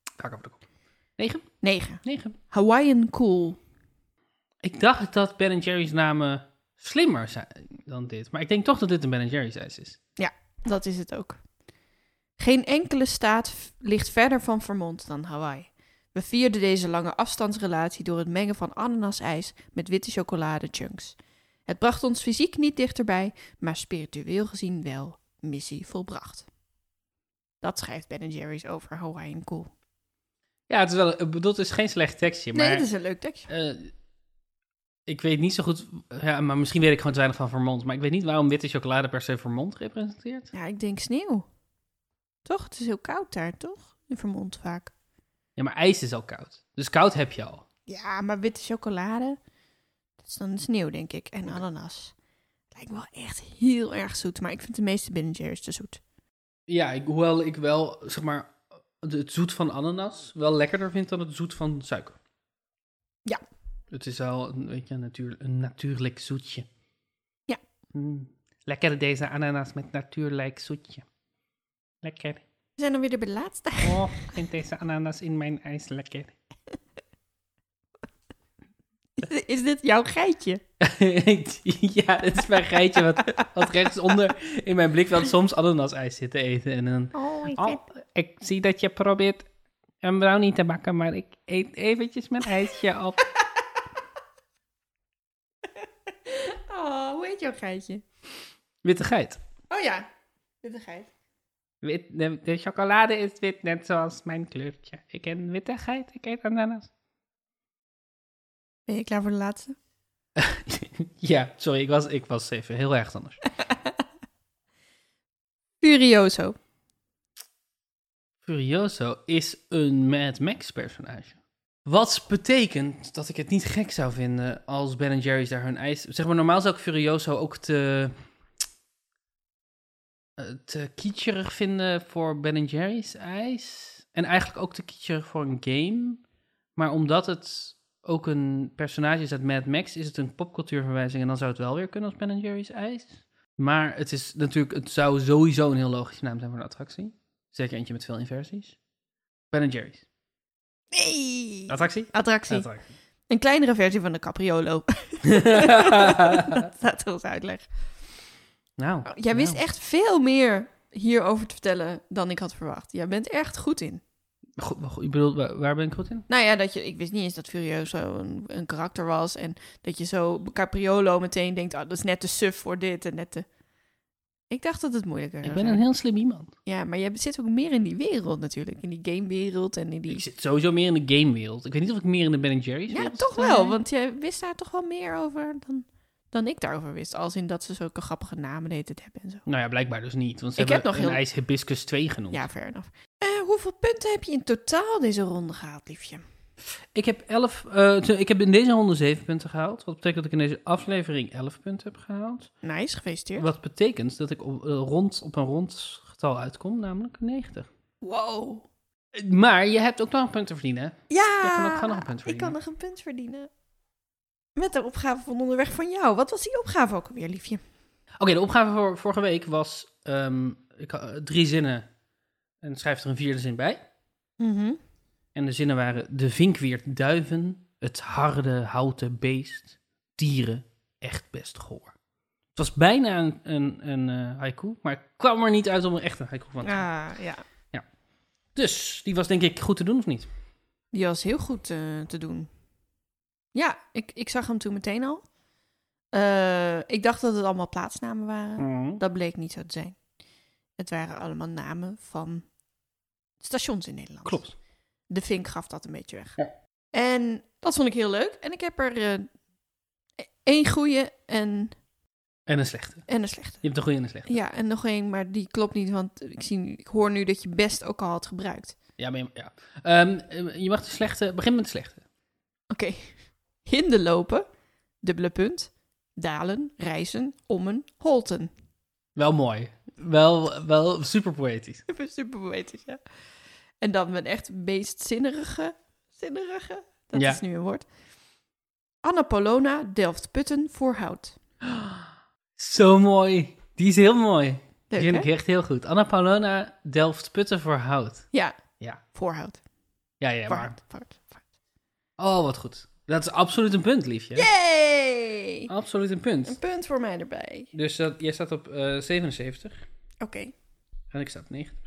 S2: 9. Hawaiian Cool.
S1: Ik dacht dat Ben Jerry's namen slimmer zijn dan dit. Maar ik denk toch dat dit een Ben Jerry's ijs is.
S2: Ja, dat is het ook. Geen enkele staat ligt verder van Vermont dan Hawaii. We vierden deze lange afstandsrelatie door het mengen van ananasijs met witte chocolade chunks. Het bracht ons fysiek niet dichterbij, maar spiritueel gezien wel missie volbracht. Dat schrijft Ben Jerry's over Hawaiian Cool.
S1: Ja, het is geen slecht tekstje. Maar,
S2: nee, het is een leuk tekstje.
S1: Ik weet niet zo goed, maar misschien weet ik gewoon te weinig van Vermont. Maar ik weet niet waarom witte chocolade per se Vermont representeert.
S2: Ja, ik denk sneeuw. Toch? Het is heel koud daar, toch? In Vermont vaak.
S1: Ja, maar ijs is al koud. Dus koud heb je al.
S2: Ja, maar witte chocolade, dat is dan sneeuw, denk ik. En ananas. Lijkt me wel echt heel erg zoet. Maar ik vind de meeste Ben Jerry's te zoet.
S1: Ja, hoewel ik wel, zeg maar, het zoet van ananas wel lekkerder vind dan het zoet van suiker.
S2: Ja.
S1: Het is wel een natuurlijk zoetje.
S2: Ja.
S1: Lekker deze ananas met natuurlijk zoetje. Lekker.
S2: We zijn dan weer bij de laatste.
S1: Oh, ik vind deze ananas in mijn ijs lekker.
S2: Is dit jouw geitje?
S1: Ja, dit is mijn geitje wat rechtsonder in mijn blikveld soms ananasijs zit te eten. En dan, ik zie dat je probeert een brownie te bakken, maar ik eet eventjes mijn ijsje op.
S2: Oh, hoe heet jouw geitje?
S1: Witte geit.
S2: Oh ja, witte geit.
S1: De chocolade is wit, net zoals mijn kleurtje. Ik ken wittigheid, ik eet ananas.
S2: Ben je klaar voor de laatste?
S1: Ja, sorry, ik was even heel erg anders.
S2: Furioso.
S1: Furioso is een Mad Max personage. Wat betekent dat ik het niet gek zou vinden als Ben Jerry's daar hun ijs... Zeg maar, normaal zou ik Furioso ook te kitscherig vinden voor Ben Jerry's ijs. En eigenlijk ook te kitscherig voor een game. Maar omdat het ook een personage is uit Mad Max, is het een popcultuurverwijzing. En dan zou het wel weer kunnen als Ben Jerry's ijs. Maar het is natuurlijk, het zou sowieso een heel logische naam zijn voor een attractie. Zeker eentje met veel inversies. Ben Jerry's.
S2: Nee!
S1: Attractie?
S2: Attractie. Een kleinere versie van de Capriolo. Dat staat er als uitleg.
S1: Nou.
S2: Jij wist echt veel meer hierover te vertellen dan ik had verwacht. Jij bent er echt goed in.
S1: Goed, je bedoelt, waar ben ik goed in?
S2: Nou ja, ik wist niet eens dat Furioso een karakter was. En dat je zo Capriolo meteen denkt, dat is net te suf voor dit en net te... Ik dacht dat het moeilijker zou zijn.
S1: Ik ben een heel slim iemand.
S2: Ja, maar jij zit ook meer in die wereld natuurlijk. In die gamewereld en in die...
S1: Ik zit sowieso meer in de gamewereld. Ik weet niet of ik meer in de Ben Jerry's
S2: Ja,
S1: wereld
S2: toch
S1: sta.
S2: wel. Want jij wist daar toch wel meer over dan ik daarover wist. Als in dat ze zulke grappige namen de hele tijd hebben en zo.
S1: Nou ja, blijkbaar dus niet. Want ze
S2: Ik
S1: hebben
S2: heb nog
S1: een
S2: heel-
S1: ijs Hibiscus 2 genoemd.
S2: Ja, fair enough. Hoeveel punten heb je in totaal deze ronde gehaald, liefje?
S1: Ik heb ik heb in deze ronde 7 punten gehaald. Wat betekent dat ik in deze aflevering 11 punten heb gehaald.
S2: Nice, gefeliciteerd.
S1: Wat betekent dat ik op een rond getal uitkom, namelijk 90.
S2: Wow.
S1: Maar je hebt ook nog een punt te verdienen, hè?
S2: Ja,
S1: Jij kan ook nog een punt
S2: ik
S1: verdienen.
S2: kan nog een punt verdienen. Met de opgave van onderweg van jou. Wat was die opgave ook alweer, liefje?
S1: Oké, de opgave voor vorige week was 3 zinnen en schrijf er een 4e zin bij.
S2: Mhm.
S1: En de zinnen waren: de vink weert duiven, het harde houten beest, dieren, echt best goor. Het was bijna een haiku, maar ik kwam er niet uit om er echt een haiku van te maken.
S2: Ja.
S1: Dus, die was denk ik goed te doen, of niet?
S2: Die was heel goed te doen. Ja, ik zag hem toen meteen al. Ik dacht dat het allemaal plaatsnamen waren. Dat bleek niet zo te zijn. Het waren allemaal namen van stations in Nederland.
S1: Klopt.
S2: De Vink gaf dat een beetje weg.
S1: Ja.
S2: En dat vond ik heel leuk. En ik heb er 1 goeie en
S1: En een slechte.
S2: een slechte.
S1: Je hebt een goede en een slechte.
S2: Ja, en nog 1, maar die klopt niet, want ik hoor nu dat je best ook al had gebruikt.
S1: Ja, maar ja. Je mag de slechte... Begin met de slechte.
S2: Oké. Hinden lopen, dubbele punt, dalen, reizen, ommen, holten.
S1: Wel mooi. Wel super poëtisch.
S2: Super poëtisch, ja. En dan mijn echt meest zinnige, dat
S1: Ja.
S2: is nu een woord. Anna Polona, Delft-Putten, Voorhout.
S1: Zo mooi. Die is heel mooi.
S2: Leuk,
S1: Die vind
S2: hè?
S1: ik echt heel goed. Anna Paulona, Delft Putten voor hout.
S2: Ja,
S1: Ja.
S2: Voorhout.
S1: Ja, maar...
S2: Voorhout.
S1: Oh, wat goed. Dat is absoluut een punt, liefje.
S2: Yay!
S1: Absoluut een punt.
S2: Een punt voor mij erbij.
S1: Dus jij staat op 77
S2: Oké.
S1: en ik sta op 90.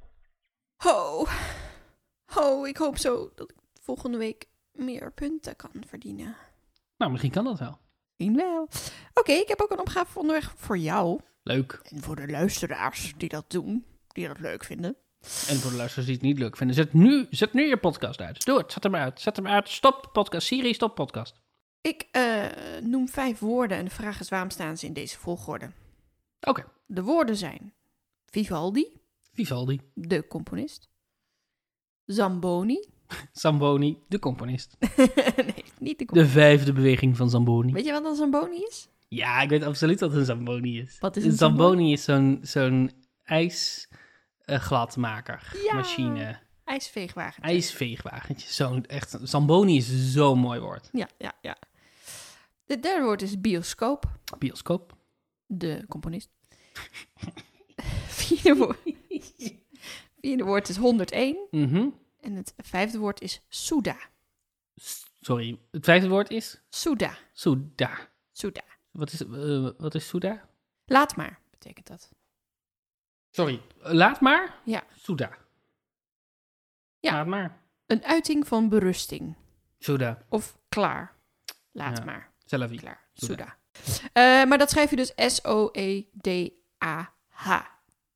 S2: Ik hoop zo dat ik volgende week meer punten kan verdienen.
S1: Nou, misschien kan dat wel.
S2: Misschien wel. Oké, ik heb ook een opgave onderweg voor jou.
S1: Leuk.
S2: En voor de luisteraars die dat doen, die dat leuk vinden.
S1: En voor de luisteraars die het niet leuk vinden, zet nu je podcast uit. Doe het, zet hem uit. Zet hem uit. Stop podcast. Siri, stop podcast.
S2: Ik noem 5 woorden en de vraag is waarom staan ze in deze volgorde.
S1: Oké.
S2: De woorden zijn Vivaldi,
S1: Vivaldi.
S2: de componist. Zamboni.
S1: Zamboni, de componist.
S2: Nee, niet de componist.
S1: De 5e beweging van Zamboni.
S2: Weet je wat een Zamboni is?
S1: Ja, ik weet absoluut wat een Zamboni is.
S2: Wat is een
S1: Zamboni? Is zo'n ijsgladmaker.
S2: Ja.
S1: Machine.
S2: IJsveegwagen.
S1: IJsveegwagentje. Zamboni is zo'n mooi woord.
S2: Ja. De derde woord is bioscoop,
S1: Bioscoop.
S2: de componist. Vierde woord is 101.
S1: Mhm.
S2: En het 5e woord is Suda.
S1: Sorry, het 5e woord is?
S2: Suda.
S1: Suda.
S2: Suda.
S1: Wat is Suda?
S2: Laat maar, betekent dat.
S1: Sorry, laat maar?
S2: Ja.
S1: Suda.
S2: Ja.
S1: Laat maar.
S2: Een uiting van berusting.
S1: Suda.
S2: Of klaar. Laat
S1: Ja.
S2: maar.
S1: Selfie.
S2: Klaar.
S1: Suda.
S2: Suda. Maar dat schrijf je dus S-O-E-D-A-H.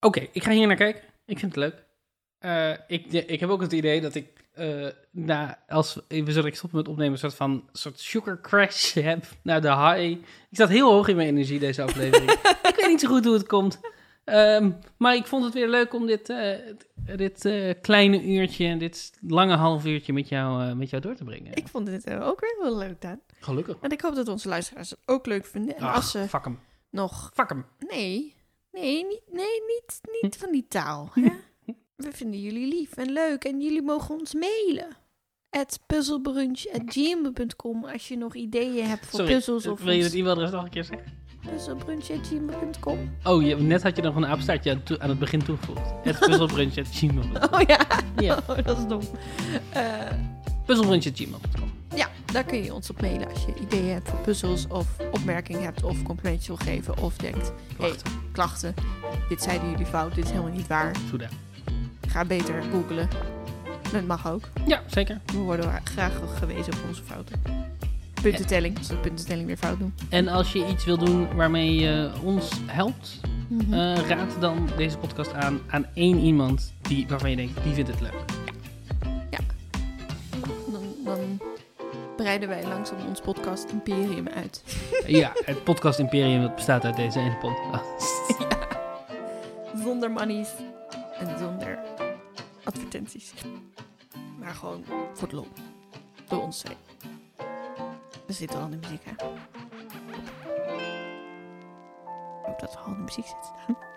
S1: Oké, ik ga hier naar kijken. Ik vind het leuk. Ik heb ook het idee dat ik, als we zullen stoppen met opnemen, een soort sugar crash heb naar de high. Ik zat heel hoog in mijn energie deze aflevering. Ik weet niet zo goed hoe het komt. Maar ik vond het weer leuk om dit kleine uurtje en dit lange half uurtje met jou door te brengen.
S2: Ik vond dit ook weer heel leuk, Daan.
S1: Gelukkig.
S2: En ik hoop dat onze luisteraars het ook leuk vinden. En als ze
S1: fuck hem.
S2: nog...
S1: Fuck hem.
S2: Nee, niet van die taal. Hè? We vinden jullie lief en leuk en jullie mogen ons mailen. @puzzlebrunch@gmail.com als je nog ideeën hebt voor puzzels of...
S1: Wil je het e-mailadres nog een keer zeggen?
S2: puzzlebrunch@gmail.com.
S1: Oh, net had je nog een apenstaartje aan het begin toegevoegd. @puzzlebrunch@gmail.com.
S2: Oh ja,
S1: Ja.
S2: Oh, dat is dom.
S1: Puzzlebrunch@gmail.com.
S2: Ja, daar kun je ons op mailen als je ideeën hebt voor puzzels of opmerkingen hebt of complimentjes wil geven of denkt, klachten, dit zeiden jullie fout, dit is helemaal niet waar.
S1: Soeda.
S2: Ga beter googlen. Dat mag ook.
S1: Ja, zeker.
S2: We worden graag gewezen op onze fouten. Puntentelling, als we de puntentelling weer fout doen.
S1: En als je iets wil doen waarmee je ons helpt, raad dan deze podcast aan één iemand waarvan je denkt, die vindt het leuk.
S2: Ja. Dan breiden wij langzaam ons podcast imperium uit.
S1: Ja, het podcast imperium dat bestaat uit deze ene podcast.
S2: Ja. Zonder monies en zonder advertenties. Maar gewoon voor het lol. Door ons twee. We zitten al in de muziek, hè? Ik hoop dat we al in de muziek zitten.